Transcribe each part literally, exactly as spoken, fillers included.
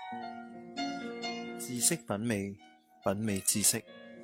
知識品味，品味知識。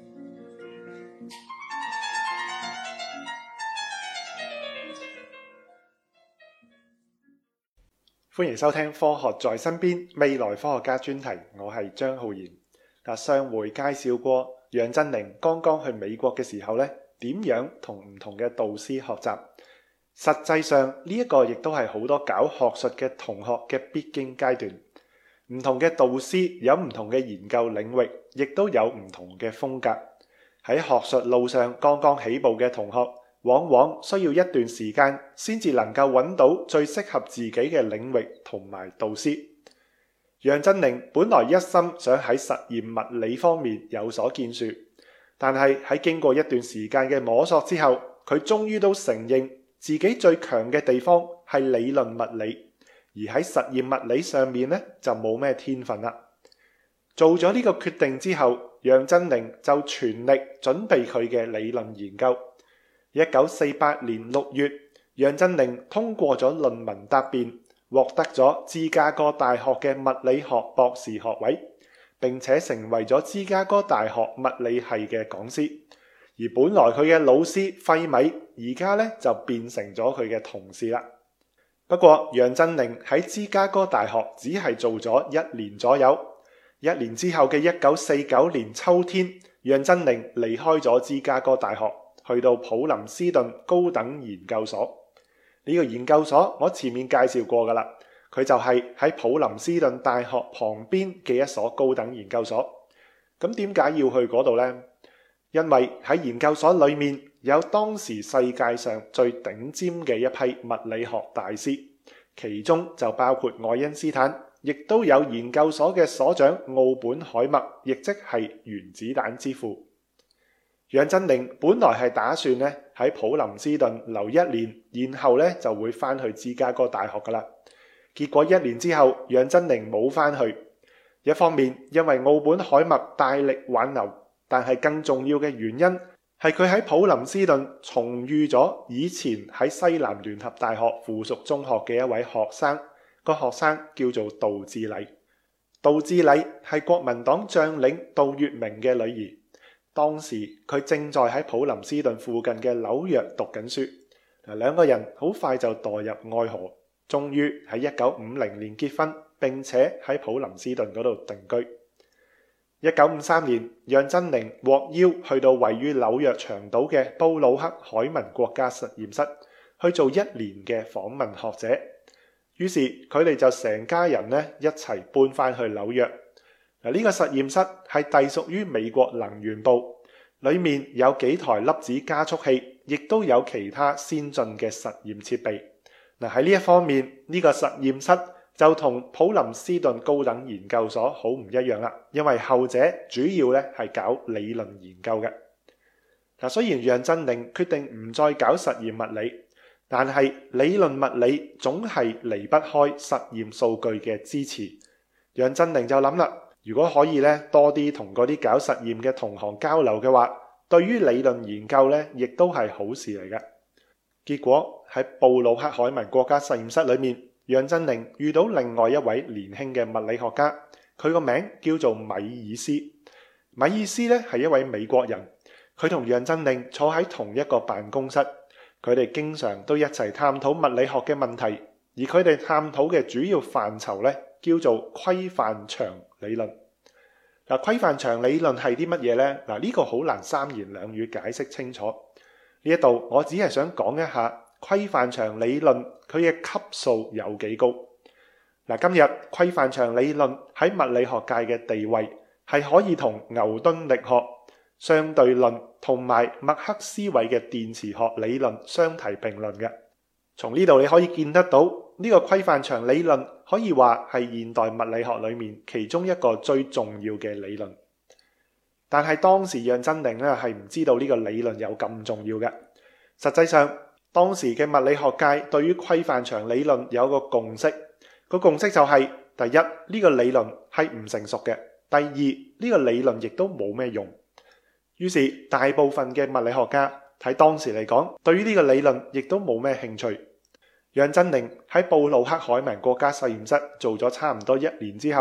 歡迎收聽科學在身邊未來科學家專題，我係張浩然。上回介紹過楊振寧剛剛去美國嘅時候呢，點樣同唔同嘅導師學習。實際上呢一個亦都係好多搞學術嘅同學嘅必經階段。唔同嘅導師有唔同嘅研究領域，亦都有唔同嘅風格。喺學術路上剛剛起步嘅同學，往往需要一段時間先至能夠揾到最適合自己嘅領域同埋導師。楊振寧本來一心想喺實驗物理方面有所建樹，但係喺經過一段時間嘅摸索之後，佢終於都承認自己最強嘅地方係理論物理，而喺實驗物理上面呢，就冇咩天分啦。做咗呢個決定之後，楊振寧就全力準備佢嘅理論研究。一九四八年六月，楊振寧通過咗論文答辯，獲得咗芝加哥大學嘅物理學博士學位，並且成為咗芝加哥大學物理系嘅講師。而本來佢嘅老師費米，而家呢就變成咗佢嘅同事啦。不過楊振寧喺芝加哥大學只係做咗一年左右，一年之後嘅一九四九年秋天，楊振寧離開咗芝加哥大學，去到普林斯頓高等研究所。呢個研究所我前面介紹過噶啦，佢就係喺普林斯頓大學旁邊嘅一所高等研究所。咁點解要去嗰度呢？因為喺研究所裏面有當時世界上最頂尖嘅一批物理學大師，其中就包括愛因斯坦，亦都有研究所嘅所長奧本海默，亦即係原子彈之父。楊振寧本來係打算咧喺普林斯頓留一年，然後咧就會翻去芝加哥大學噶啦。結果一年之後，楊振寧冇翻去。一方面因為奧本海默大力挽留，但係更重要嘅原因係佢喺普林斯頓重遇咗以前喺西南聯合大學附屬中學嘅一位學生，個學生叫做杜志禮。杜志禮係國民黨將領杜月明嘅女兒。當時佢正在喺普林斯頓附近嘅紐約讀緊書，兩個人好快就墮入愛河，終於喺一九五零年結婚，並且喺普林斯頓嗰度定居。一九五三年，楊振寧獲邀去到位於紐約長島嘅布魯克海文國家實驗室去做一年嘅訪問學者。於是佢哋就成家人呢一齊搬翻去紐約。呢個實驗室係隸屬於美國能源部，裡面有幾台粒子加速器，亦都有其他先進嘅實驗設備。嗱，喺呢一方面，呢個實驗室就同普林斯頓高等研究所好唔一樣啦，因為後者主要咧係搞理論研究嘅。嗱，雖然楊振寧決定唔再搞實驗物理，但係理論物理總係離不開實驗數據嘅支持。楊振寧就諗啦，如果可以咧多啲同嗰啲搞實驗嘅同行交流嘅話，對於理論研究咧亦都係好事嚟嘅。結果喺布魯克海文國家實驗室裏面，楊振寧遇到另外一位年輕嘅物理學家，佢個名叫做米爾斯。米爾斯咧係一位美國人，佢同楊振寧坐喺同一個辦公室，佢哋經常都一齊探討物理學嘅問題，而佢哋探討嘅主要範疇咧叫做規範場理論。嗱，規範場理論係啲乜嘢呢？嗱，呢個好難三言兩語解釋清楚。呢一度我只係想講一下規範場理論佢嘅級數有幾高。嗱，今日規範場理論喺物理學界嘅地位係可以同牛頓力學、相對論同埋麥克斯韋嘅電磁學理論相提並論嘅。從呢度你可以見得到，呢個規範場理論可以話係現代物理學裏面其中一個最重要嘅理論。但係當時楊振寧咧係唔知道呢個理論有咁重要嘅。實際上當時嘅物理學界對於規範場理論有個共識，個共識就係：第一，呢個理論係唔成熟嘅；第二，呢個理論亦都冇咩用。於是大部分嘅物理學家喺當時嚟講，對於呢個理論亦都冇咩興趣。楊振寧喺布魯克海文國家實驗室做咗差唔多一年之後，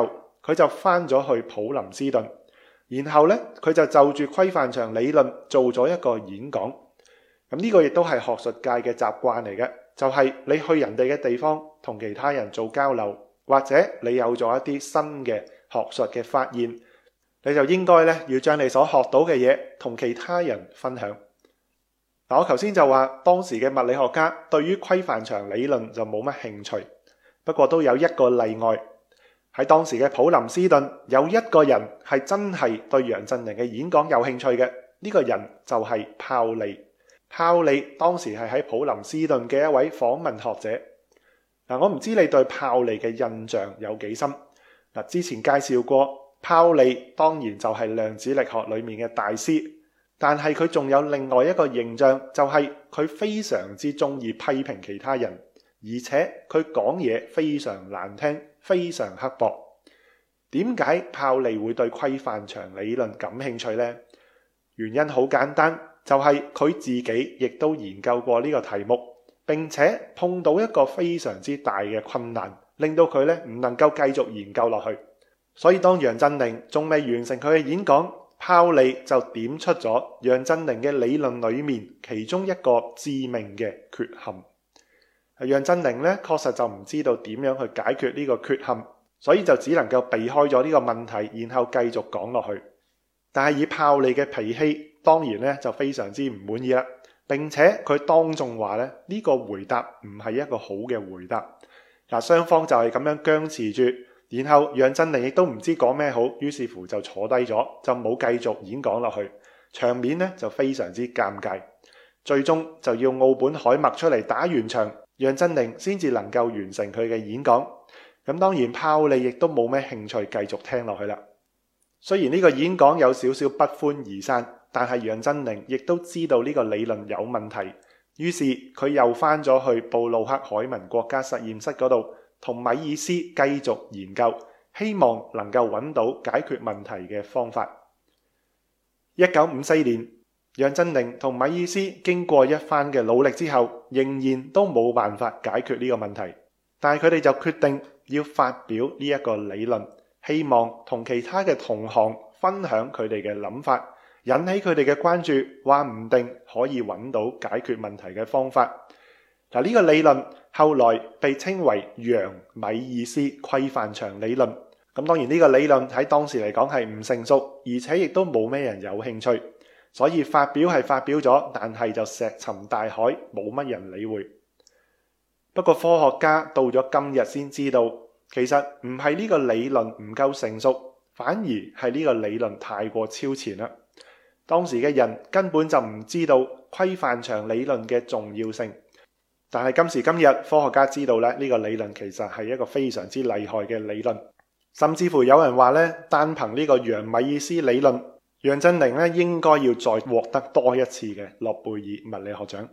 佢就返咗去普林斯頓，然後呢，佢就就住規範場理論做咗一個演講。咁呢個亦都係學術界嘅習慣嚟嘅，就係你去人哋嘅地方同其他人做交流，或者你有咗一啲新嘅學術嘅發現，你就應該咧要將你所學到嘅嘢同其他人分享。嗱，我頭先就話當時嘅物理學家對於規範場理論就冇乜興趣，不過都有一個例外。喺當時嘅普林斯頓有一個人係真係對楊振寧嘅演講有興趣嘅，呢個人就係泡利。泡利當時係喺普林斯頓嘅一位訪問學者。嗱，我唔知你對泡利嘅印象有幾深。嗱，之前介紹過。泡利當然就係量子力學裏面嘅大師，但係佢仲有另外一個形象，就係佢非常之中意批評其他人，而且佢講嘢非常難聽，非常刻薄。點解泡利會對規範場理論感興趣呢？原因好簡單，就係佢自己亦都研究過呢個題目，並且碰到一個非常之大嘅困難，令到佢咧唔能夠繼續研究落去。所以當楊振寧仲未完成佢嘅演講，泡利就點出咗楊振寧嘅理論裏面其中一個致命嘅缺陷。楊振寧咧確實就唔知道點樣去解決呢個缺陷，所以就只能夠避開咗呢個問題，然後繼續講落去。但係以泡利嘅脾氣，當然咧就非常之唔滿意啦，並且佢當眾話咧呢個回答唔係一個好嘅回答。嗱，雙方就係咁樣僵持住。然後楊振寧亦都唔知講咩好，於是乎就坐低咗，就冇繼續演講落去，場面呢就非常之尷尬。最終就要奧本海默出嚟打完場，楊振寧先至能夠完成佢嘅演講。咁當然泡利亦都冇咩興趣繼續聽落去啦。雖然呢個演講有少少不歡而散，但係楊振寧亦都知道呢個理論有問題，於是佢又返咗去布魯克海文國家實驗室嗰度，同米爾斯繼續研究，希望能夠揾到解決問題嘅方法。一九五四年，楊振寧同米爾斯經過一番嘅努力之後，仍然都冇辦法解決呢個問題。但係佢哋就決定要發表呢一個理論，希望同其他嘅同行分享佢哋嘅諗法，引起佢哋嘅關注，話唔定可以揾到解決問題嘅方法。嗱，呢個理論後來被稱為楊米爾斯規範場理論。咁當然呢個理論喺當時嚟講係唔成熟，而且亦都冇咩人有興趣，所以發表係發表咗，但係就石沉大海，冇乜人理會。不過科學家到咗今日先知道，其實唔係呢個理論唔夠成熟，反而係呢個理論太過超前啦。當時嘅人根本就唔知道規範場理論嘅重要性。但係今時今日，科學家知道咧，呢個理論其實係一個非常之厲害嘅理論，甚至乎有人話咧，單憑呢個楊米爾斯理論，楊振寧咧應該要再獲得多一次嘅諾貝爾物理學獎。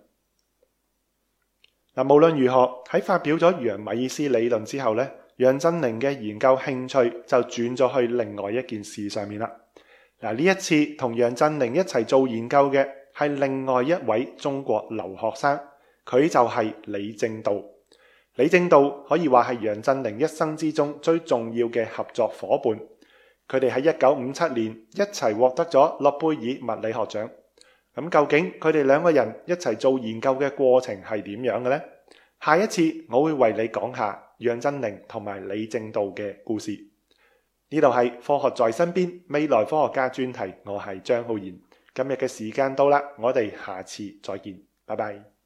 嗱，無論如何，喺發表咗楊米爾斯理論之後咧，楊振寧嘅研究興趣就轉咗去另外一件事上面啦。嗱，呢一次同楊振寧一齊做研究嘅係另外一位中國留學生。佢就係李政道。李政道可以話係楊振寧一生之中最重要嘅合作夥伴。佢哋喺一九五七年一齊獲得咗諾貝爾物理學獎。咁究竟佢哋兩個人一齊做研究嘅過程係點樣嘅呢？下一次我會為你講下楊振寧同埋李政道嘅故事。呢度係科學在身邊未來科學家專題，我係張浩然。今日嘅時間到啦，我哋下次再見，拜拜。